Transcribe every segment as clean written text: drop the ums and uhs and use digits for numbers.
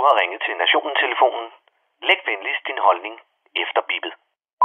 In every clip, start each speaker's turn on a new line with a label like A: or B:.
A: har ringet til Nationen-telefonen. Læg venligst din holdning efter bippet.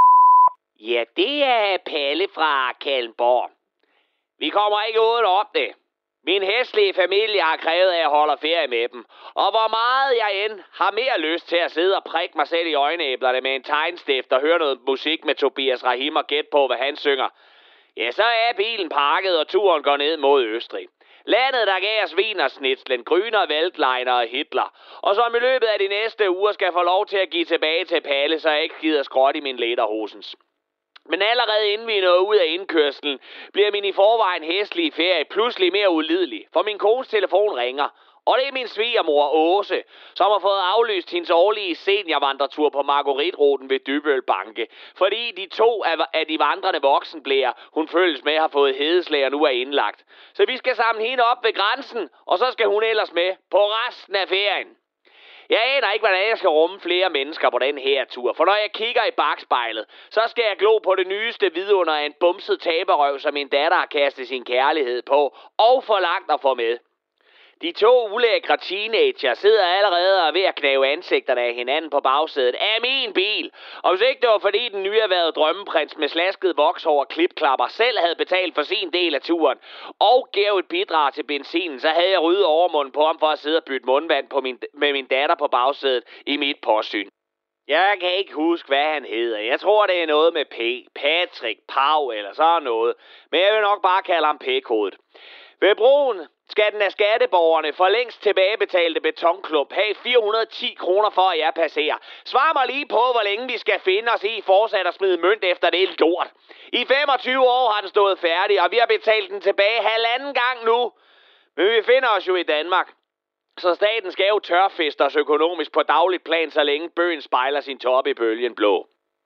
B: Ja, det er Palle fra Kalmborg. Vi kommer ikke uden om det. Min hæslige familie har krævet, at jeg holder ferie med dem. Og hvor meget jeg end har mere lyst til at sidde og prikke mig selv i øjenæblerne med en tegnstift og høre noget musik med Tobias Rahim og gætte på, hvad han synger, ja, så er bilen pakket, og turen går ned mod Østrig. Landet, der gav os Wienersnitzlen, Grüner Weltliner og Hitler. Og som i løbet af de næste uger skal få lov til at give tilbage til Palle, så jeg ikke gider skråt i min lederhosens. Men allerede inden vi når ud af indkørslen, bliver min i forvejen hæslige ferie pludselig mere ulidelig, for min kones telefon ringer. Og det er min svigermor Åse, som har fået aflyst hendes årlige seniorvandretur på Margueritruten ved Dybbøl Banke. Fordi de 2 af de vandrende voksenblæer, hun følges med, har fået hedeslag og nu er indlagt. Så vi skal samle hende op ved grænsen, og så skal hun ellers med på resten af ferien. Jeg aner ikke, hvordan jeg skal rumme flere mennesker på den her tur, for når jeg kigger i bagspejlet, så skal jeg glo på det nyeste vidunder af en bumset taberrøv, som min datter har kastet sin kærlighed på, og forlangt at få med. De 2 ulækre teenager sidder allerede og er ved at knæve ansigterne af hinanden på bagsædet af min bil. Og hvis ikke det var fordi den nyerhvervede drømmeprins med slasket vokshår og klipklapper selv havde betalt for sin del af turen og gav et bidrag til benzinen, så havde jeg ryddet overmunden på ham for at sidde og bytte mundvand med min datter på bagsædet i mit påsyn. Jeg kan ikke huske, hvad han hedder. Jeg tror, det er noget med P. Patrick, Pau eller sådan noget. Men jeg vil nok bare kalde ham P-kodet. Ved broen skal den af skatteborgerne for længst tilbagebetalte betonklump have 410 kroner for, at jeg passerer. Svar mig lige på, hvor længe vi skal finde os i fortsat at smide mønt efter det lort. I 25 år har den stået færdig, og vi har betalt den tilbage 1,5 gang nu. Men vi finder os jo i Danmark. Så staten skal jo tørfeste os økonomisk på dagligt plan, så længe bøgen spejler sin top i bølgen blå.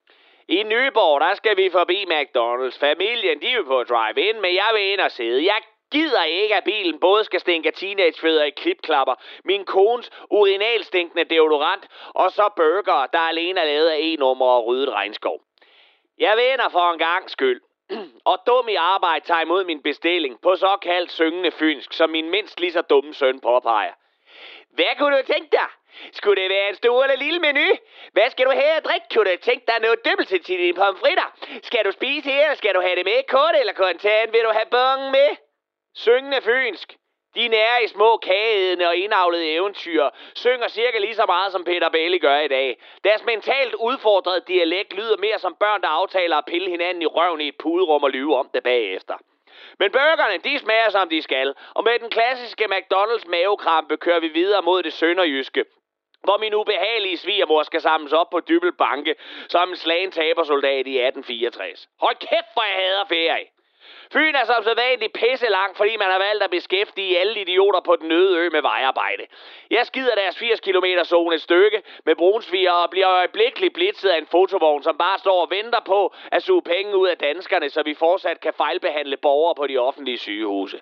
B: I Nyborg, der skal vi forbi McDonald's. Familien, de vil på drive-in, men jeg vil ind og sidde. Jeg gider ikke, at bilen både skal stinke teenagefødder i klipklapper, min kones urinalstinkende deodorant, og så burger, der alene er lavet af e-nummer og ryddet regnskov. Jeg vinder for en gang skyld. Og dum i arbejde tager imod min bestilling på såkaldt syngende fynsk, som min mindst lige så dumme søn påpeger. Hvad kunne du tænke dig? Skulle det være en stor eller lille menu? Hvad skal du have at drikke? Kunne du tænke dig noget dybbelt til dine pomfritter? Skal du spise her, eller skal du have det med kort eller kontant? Vil du have bongen med? Syngende fynsk. De nære i små kageædende og indavlede eventyr synger cirka lige så meget, som Peter Belli gør i dag. Deres mentalt udfordrede dialekt lyder mere som børn, der aftaler at pille hinanden i røven i et puderum og lyve om det bagefter. Men burgerne, de smager som de skal, og med den klassiske McDonald's mavekrampe kører vi videre mod det sønderjyske, hvor min ubehagelige svigermor skal samles op på Dybbøl Banke som en slagen tabersoldat i 1864. Hold kæft, hvor jeg hader ferie! Fyn er som sædvanligt pisse lang, fordi man har valgt at beskæftige alle idioter på den øde ø med vejarbejde. Jeg skider deres 80 km zone et stykke med brunsviger og bliver øjeblikkeligt blitzet af en fotovogn, som bare står og venter på at suge penge ud af danskerne, så vi fortsat kan fejlbehandle borgere på de offentlige sygehuse.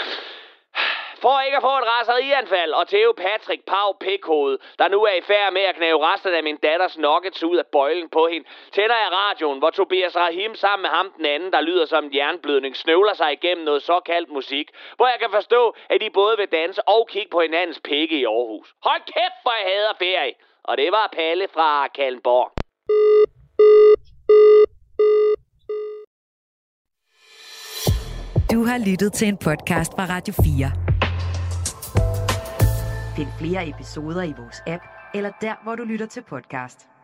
B: For ikke at få et raserianfald, og Theo Patrick Pau P-kode, der nu er i færd med at knæve resten af min datters nuggets ud af bøjlen på hende, tænder jeg radioen, hvor Tobias Rahim sammen med ham den anden, der lyder som en jernblødning, snøvler sig igennem noget såkaldt musik, hvor jeg kan forstå, at de både vil danse og kigge på hinandens pikke i Aarhus. Hold kæft, hvor jeg hader ferie! Og det var Palle fra Kalmborg.
C: Du har lyttet til en podcast fra Radio 4. Find flere episoder i vores app, eller der, hvor du lytter til podcast.